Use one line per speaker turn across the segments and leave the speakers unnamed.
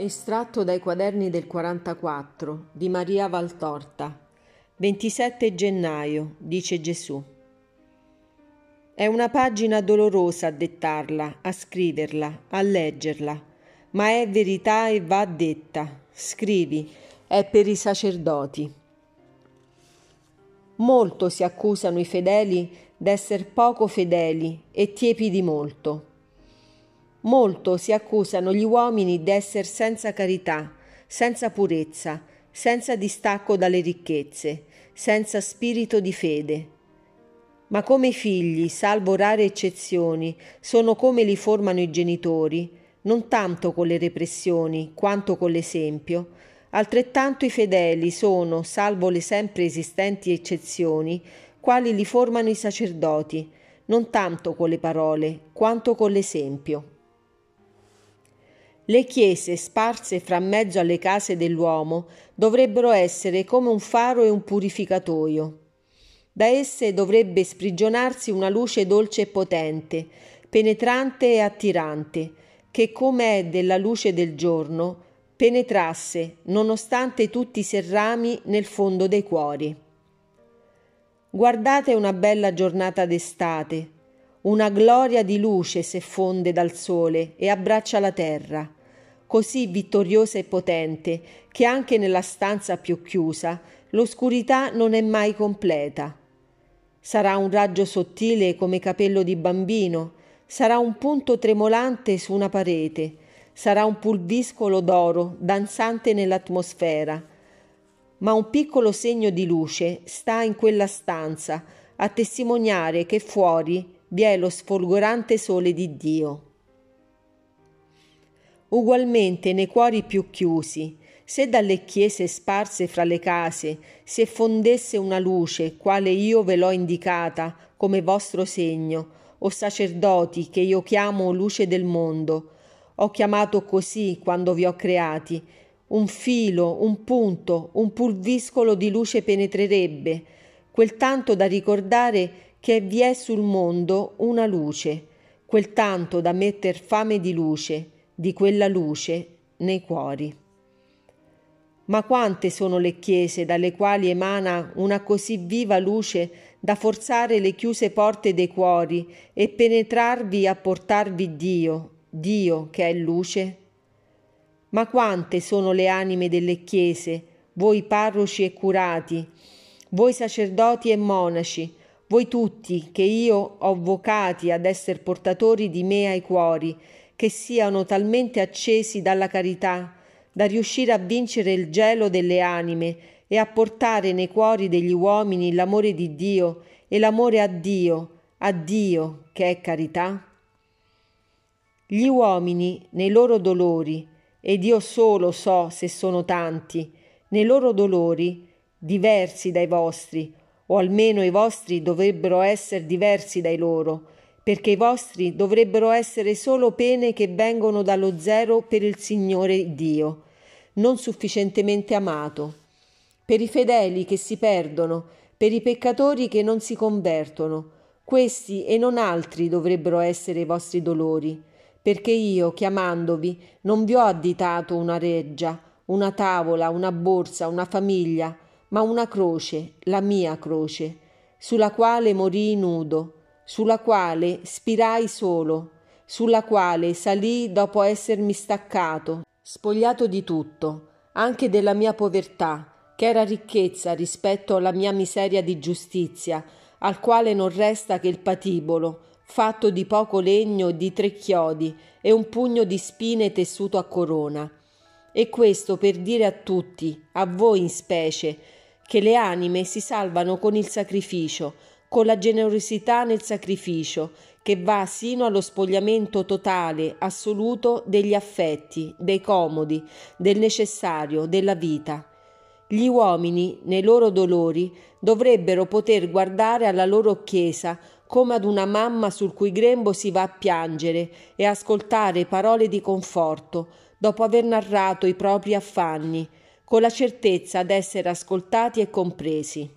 Estratto dai quaderni del 44 di Maria Valtorta. 27 gennaio, dice Gesù. È una pagina dolorosa a dettarla, a scriverla, a leggerla, ma è verità e va detta. Scrivi, è per i sacerdoti. Molto si accusano i fedeli d'esser poco fedeli e tiepidi molto. Molto si accusano gli uomini d'esser senza carità, senza purezza, senza distacco dalle ricchezze, senza spirito di fede. Ma come i figli, salvo rare eccezioni, sono come li formano i genitori, non tanto con le repressioni quanto con l'esempio, altrettanto i fedeli sono, salvo le sempre esistenti eccezioni, quali li formano i sacerdoti, non tanto con le parole quanto con l'esempio. Le chiese sparse fra mezzo alle case dell'uomo dovrebbero essere come un faro e un purificatoio. Da esse dovrebbe sprigionarsi una luce dolce e potente, penetrante e attirante, che come è della luce del giorno, penetrasse, nonostante tutti i serrami, nel fondo dei cuori. Guardate una bella giornata d'estate, una gloria di luce se fonde dal sole e abbraccia la terra, così vittoriosa e potente che anche nella stanza più chiusa l'oscurità non è mai completa. Sarà un raggio sottile come capello di bambino, sarà un punto tremolante su una parete, sarà un pulviscolo d'oro danzante nell'atmosfera, ma un piccolo segno di luce sta in quella stanza a testimoniare che fuori vi è lo sfolgorante sole di Dio. Ugualmente nei cuori più chiusi, se dalle chiese sparse fra le case si effondesse una luce, quale io ve l'ho indicata come vostro segno, o sacerdoti che io chiamo luce del mondo, ho chiamato così quando vi ho creati, un filo, un punto, un pulviscolo di luce penetrerebbe, quel tanto da ricordare che vi è sul mondo una luce, quel tanto da metter fame di luce, di quella luce, nei cuori. Ma quante sono le chiese dalle quali emana una così viva luce da forzare le chiuse porte dei cuori e penetrarvi a portarvi Dio, Dio che è luce? Ma quante sono le anime delle chiese, voi parroci e curati, voi sacerdoti e monaci, voi tutti che io ho vocati ad esser portatori di me ai cuori, che siano talmente accesi dalla carità da riuscire a vincere il gelo delle anime e a portare nei cuori degli uomini l'amore di Dio e l'amore a Dio che è carità? Gli uomini nei loro dolori, ed io solo so se sono tanti, nei loro dolori, diversi dai vostri, o almeno i vostri dovrebbero essere diversi dai loro, perché i vostri dovrebbero essere solo pene che vengono dallo zero per il Signore Dio, non sufficientemente amato, per i fedeli che si perdono, per i peccatori che non si convertono. Questi e non altri dovrebbero essere i vostri dolori, perché io, chiamandovi, non vi ho additato una reggia, una tavola, una borsa, una famiglia, ma una croce, la mia croce, sulla quale morii nudo, sulla quale spirai solo, sulla quale salii dopo essermi staccato, spogliato di tutto, anche della mia povertà, che era ricchezza rispetto alla mia miseria di giustizia, al quale non resta che il patibolo, fatto di poco legno e di 3 chiodi e un pugno di spine tessuto a corona. E questo per dire a tutti, a voi in specie, che le anime si salvano con il sacrificio, con la generosità nel sacrificio, che va sino allo spogliamento totale, assoluto degli affetti, dei comodi, del necessario, della vita. Gli uomini, nei loro dolori, dovrebbero poter guardare alla loro Chiesa come ad una mamma sul cui grembo si va a piangere e ascoltare parole di conforto dopo aver narrato i propri affanni, con la certezza d'essere ascoltati e compresi.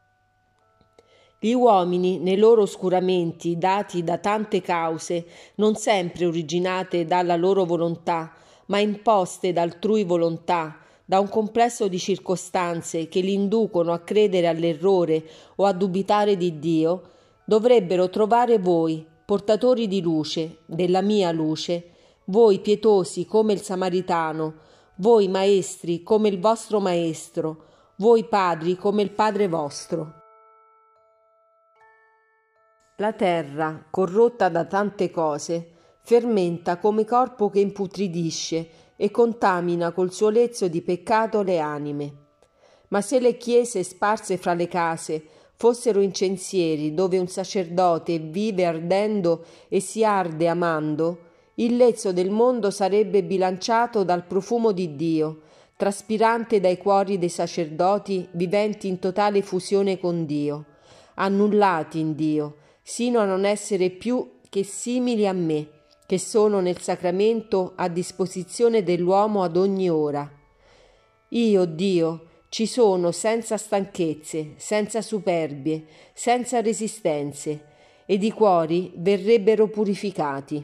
Gli uomini, nei loro oscuramenti dati da tante cause, non sempre originate dalla loro volontà, ma imposte da altrui volontà, da un complesso di circostanze che li inducono a credere all'errore o a dubitare di Dio, dovrebbero trovare voi, portatori di luce, della mia luce, voi pietosi come il Samaritano, voi maestri come il vostro Maestro, voi padri come il Padre vostro. La terra, corrotta da tante cose, fermenta come corpo che imputridisce e contamina col suo lezzo di peccato le anime. Ma se le chiese sparse fra le case fossero incensieri dove un sacerdote vive ardendo e si arde amando, il lezzo del mondo sarebbe bilanciato dal profumo di Dio, traspirante dai cuori dei sacerdoti viventi in totale fusione con Dio, annullati in Dio, sino a non essere più che simili a me, che sono nel sacramento a disposizione dell'uomo ad ogni ora. Io, Dio, ci sono senza stanchezze, senza superbie, senza resistenze, ed i cuori verrebbero purificati.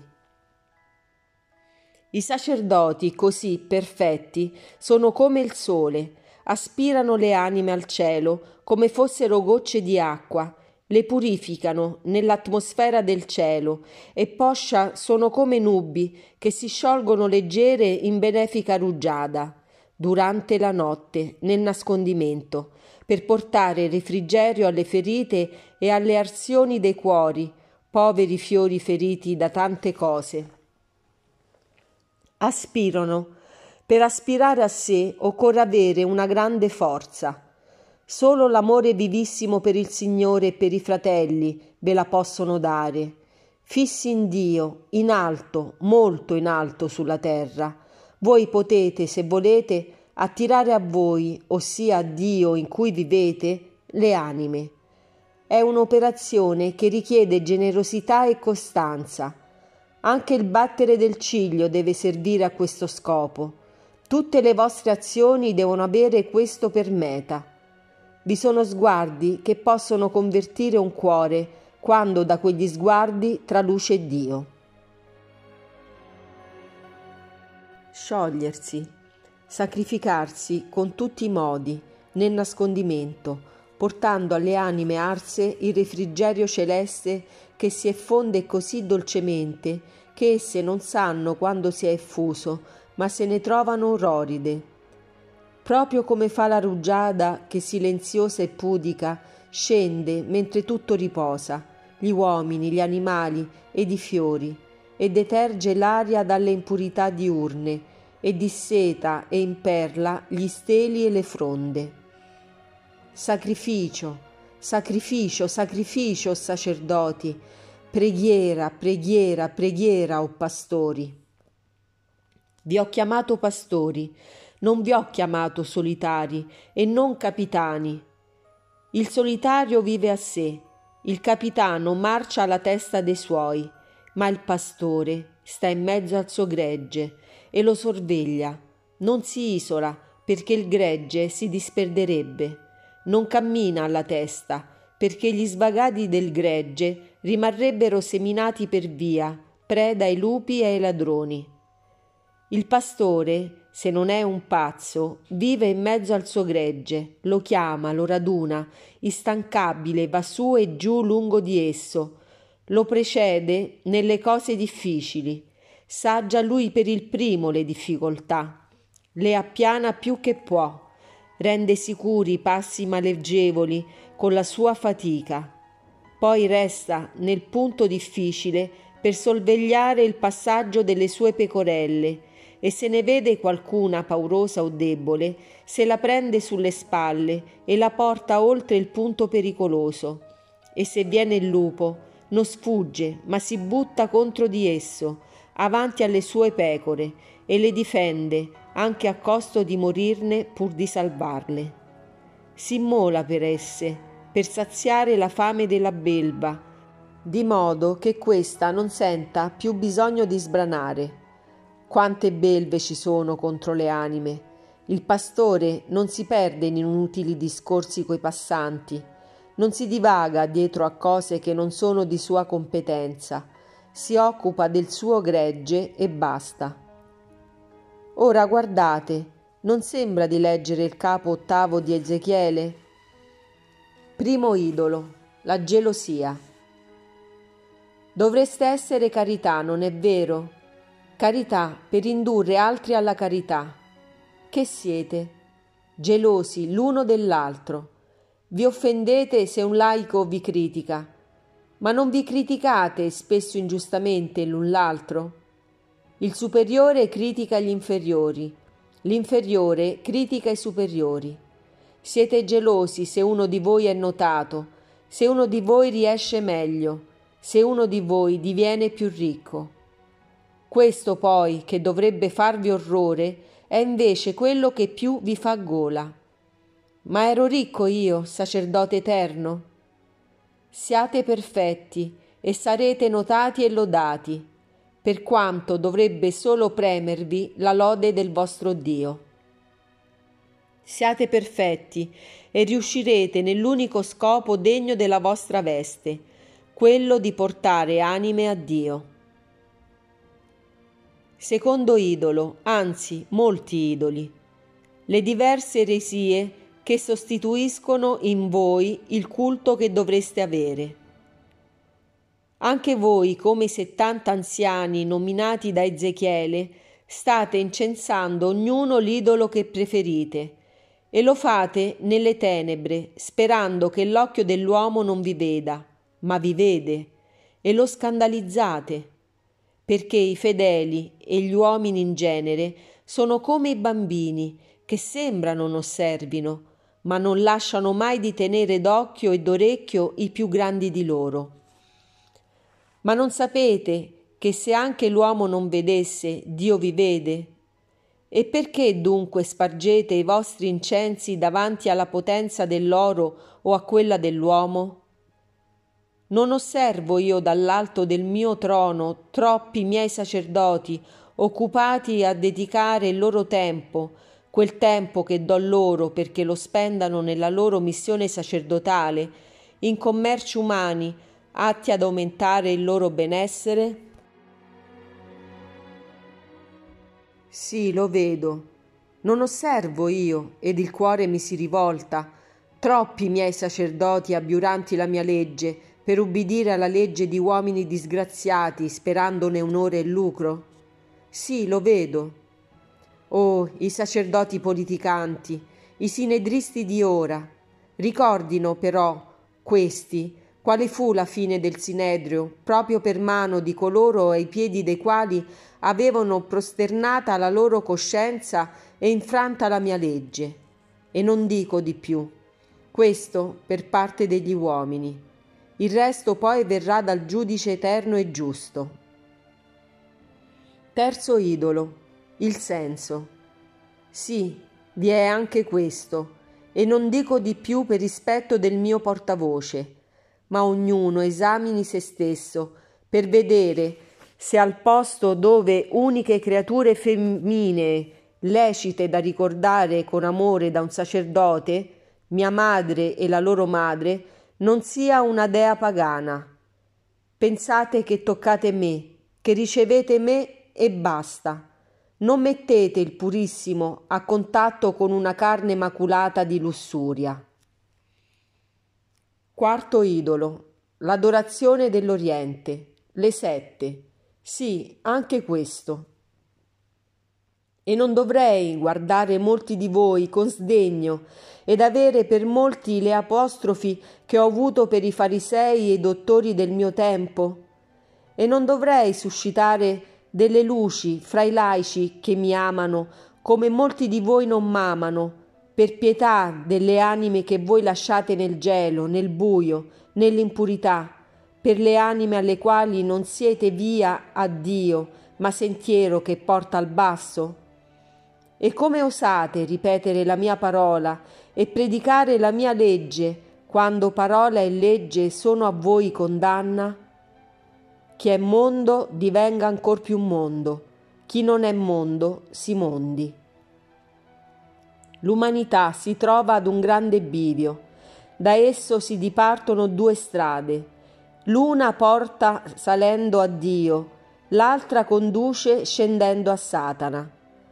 I sacerdoti così perfetti sono come il sole, aspirano le anime al cielo come fossero gocce di acqua, le purificano nell'atmosfera del cielo e poscia sono come nubi che si sciolgono leggere in benefica rugiada durante la notte nel nascondimento per portare refrigerio alle ferite e alle arsioni dei cuori, poveri fiori feriti da tante cose. Aspirano. Per aspirare a sé occorre avere una grande forza. Solo l'amore vivissimo per il Signore e per i fratelli ve la possono dare. Fissi in Dio, in alto, molto in alto sulla terra. Voi potete, se volete, attirare a voi, ossia a Dio in cui vivete, le anime. È un'operazione che richiede generosità e costanza. Anche il battere del ciglio deve servire a questo scopo. Tutte le vostre azioni devono avere questo per meta. Vi sono sguardi che possono convertire un cuore quando da quegli sguardi traluce Dio. Sciogliersi, sacrificarsi con tutti i modi, nel nascondimento, portando alle anime arse il refrigerio celeste che si effonde così dolcemente che esse non sanno quando si è effuso, ma se ne trovano roride. Proprio come fa la rugiada che silenziosa e pudica scende mentre tutto riposa, gli uomini, gli animali ed i fiori, e deterge l'aria dalle impurità diurne, e disseta e imperla gli steli e le fronde. Sacrificio, sacrificio, sacrificio, sacerdoti, preghiera, preghiera, preghiera, o pastori. Vi ho chiamato pastori, non vi ho chiamato solitari e non capitani. Il solitario vive a sé, il capitano marcia alla testa dei suoi, ma il pastore sta in mezzo al suo gregge e lo sorveglia. Non si isola perché il gregge si disperderebbe. Non cammina alla testa perché gli svagati del gregge rimarrebbero seminati per via, preda ai lupi e ai ladroni. Il pastore, se non è un pazzo, vive in mezzo al suo gregge, lo chiama, lo raduna, instancabile va su e giù lungo di esso, lo precede nelle cose difficili, saggia lui per il primo le difficoltà, le appiana più che può, rende sicuri i passi maleggevoli con la sua fatica, poi resta nel punto difficile per sorvegliare il passaggio delle sue pecorelle, e se ne vede qualcuna paurosa o debole, se la prende sulle spalle e la porta oltre il punto pericoloso, e se viene il lupo non sfugge ma si butta contro di esso, avanti alle sue pecore, e le difende anche a costo di morirne pur di salvarle. Si immola per esse, per saziare la fame della belva, di modo che questa non senta più bisogno di sbranare. Quante belve ci sono contro le anime. Il pastore non si perde in inutili discorsi coi passanti, non si divaga dietro a cose che non sono di sua competenza, si occupa del suo gregge e basta. Ora guardate, non sembra di leggere il capo ottavo di Ezechiele? Primo idolo, la gelosia. Dovreste essere carità, non è vero? Carità per indurre altri alla carità. Che siete? Gelosi l'uno dell'altro. Vi offendete se un laico vi critica, ma non vi criticate spesso ingiustamente l'un l'altro? Il superiore critica gli inferiori, l'inferiore critica i superiori. Siete gelosi se uno di voi è notato, se uno di voi riesce meglio, se uno di voi diviene più ricco. Questo poi, che dovrebbe farvi orrore, è invece quello che più vi fa gola. Ma ero ricco io, sacerdote eterno? Siate perfetti e sarete notati e lodati, per quanto dovrebbe solo premervi la lode del vostro Dio. Siate perfetti e riuscirete nell'unico scopo degno della vostra veste, quello di portare anime a Dio. Secondo idolo, anzi molti idoli, le diverse eresie che sostituiscono in voi il culto che dovreste avere. Anche voi, come i 70 anziani nominati da Ezechiele, state incensando ognuno l'idolo che preferite, e lo fate nelle tenebre, sperando che l'occhio dell'uomo non vi veda, ma vi vede, e lo scandalizzate, perché i fedeli e gli uomini in genere sono come i bambini che sembrano non osservino, ma non lasciano mai di tenere d'occhio e d'orecchio i più grandi di loro. Ma non sapete che se anche l'uomo non vedesse, Dio vi vede? E perché dunque spargete i vostri incensi davanti alla potenza dell'oro o a quella dell'uomo? Non osservo io dall'alto del mio trono troppi miei sacerdoti occupati a dedicare il loro tempo, quel tempo che do loro perché lo spendano nella loro missione sacerdotale, in commerci umani atti ad aumentare il loro benessere? Sì, lo vedo. Non osservo io, ed il cuore mi si rivolta, troppi miei sacerdoti abiuranti la mia legge, per ubbidire alla legge di uomini disgraziati, sperandone onore e lucro? Sì, lo vedo. Oh, i sacerdoti politicanti, i sinedristi di ora, ricordino però questi quale fu la fine del Sinedrio, proprio per mano di coloro ai piedi dei quali avevano prosternata la loro coscienza e infranta la mia legge. E non dico di più. Questo per parte degli uomini. Il resto poi verrà dal giudice eterno e giusto. Terzo idolo, il senso. Sì, vi è anche questo, e non dico di più per rispetto del mio portavoce, ma ognuno esamini se stesso per vedere se al posto dove uniche creature femminee lecite da ricordare con amore da un sacerdote, mia madre e la loro madre, non sia una dea pagana. Pensate che toccate me, che ricevete me e basta. Non mettete il purissimo a contatto con una carne maculata di lussuria. Quarto idolo, l'adorazione dell'Oriente, le sette. Sì, anche questo. E non dovrei guardare molti di voi con sdegno ed avere per molti le apostrofi che ho avuto per i farisei e i dottori del mio tempo? E non dovrei suscitare delle luci fra i laici che mi amano, come molti di voi non m'amano, per pietà delle anime che voi lasciate nel gelo, nel buio, nell'impurità, per le anime alle quali non siete via a Dio, ma sentiero che porta al basso? E come osate ripetere la mia parola e predicare la mia legge, quando parola e legge sono a voi condanna? Chi è mondo divenga ancor più mondo, chi non è mondo si mondi. L'umanità si trova ad un grande bivio, da esso si dipartono due strade, l'una porta salendo a Dio, l'altra conduce scendendo a Satana.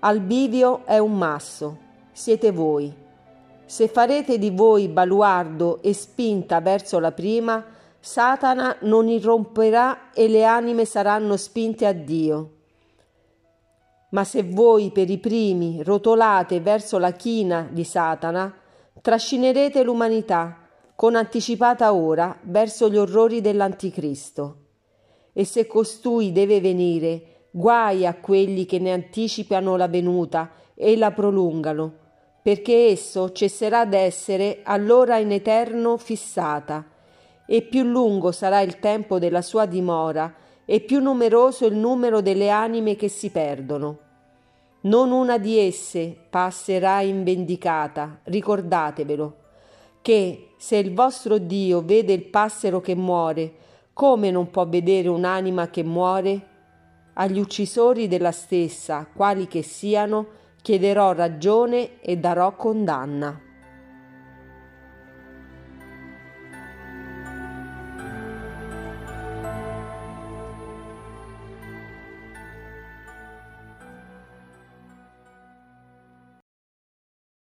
Al bivio è un masso, siete voi. Se farete di voi baluardo e spinta verso la prima, Satana non irromperà e le anime saranno spinte a Dio. Ma se voi per i primi rotolate verso la china di Satana, trascinerete l'umanità con anticipata ora verso gli orrori dell'Anticristo. E se costui deve venire, guai a quelli che ne anticipano la venuta e la prolungano, perché esso cesserà d'essere allora in eterno fissata, e più lungo sarà il tempo della sua dimora, e più numeroso il numero delle anime che si perdono. Non una di esse passerà invendicata, ricordatevelo, che se il vostro Dio vede il passero che muore, come non può vedere un'anima che muore? Agli uccisori della stessa, quali che siano, chiederò ragione e darò condanna.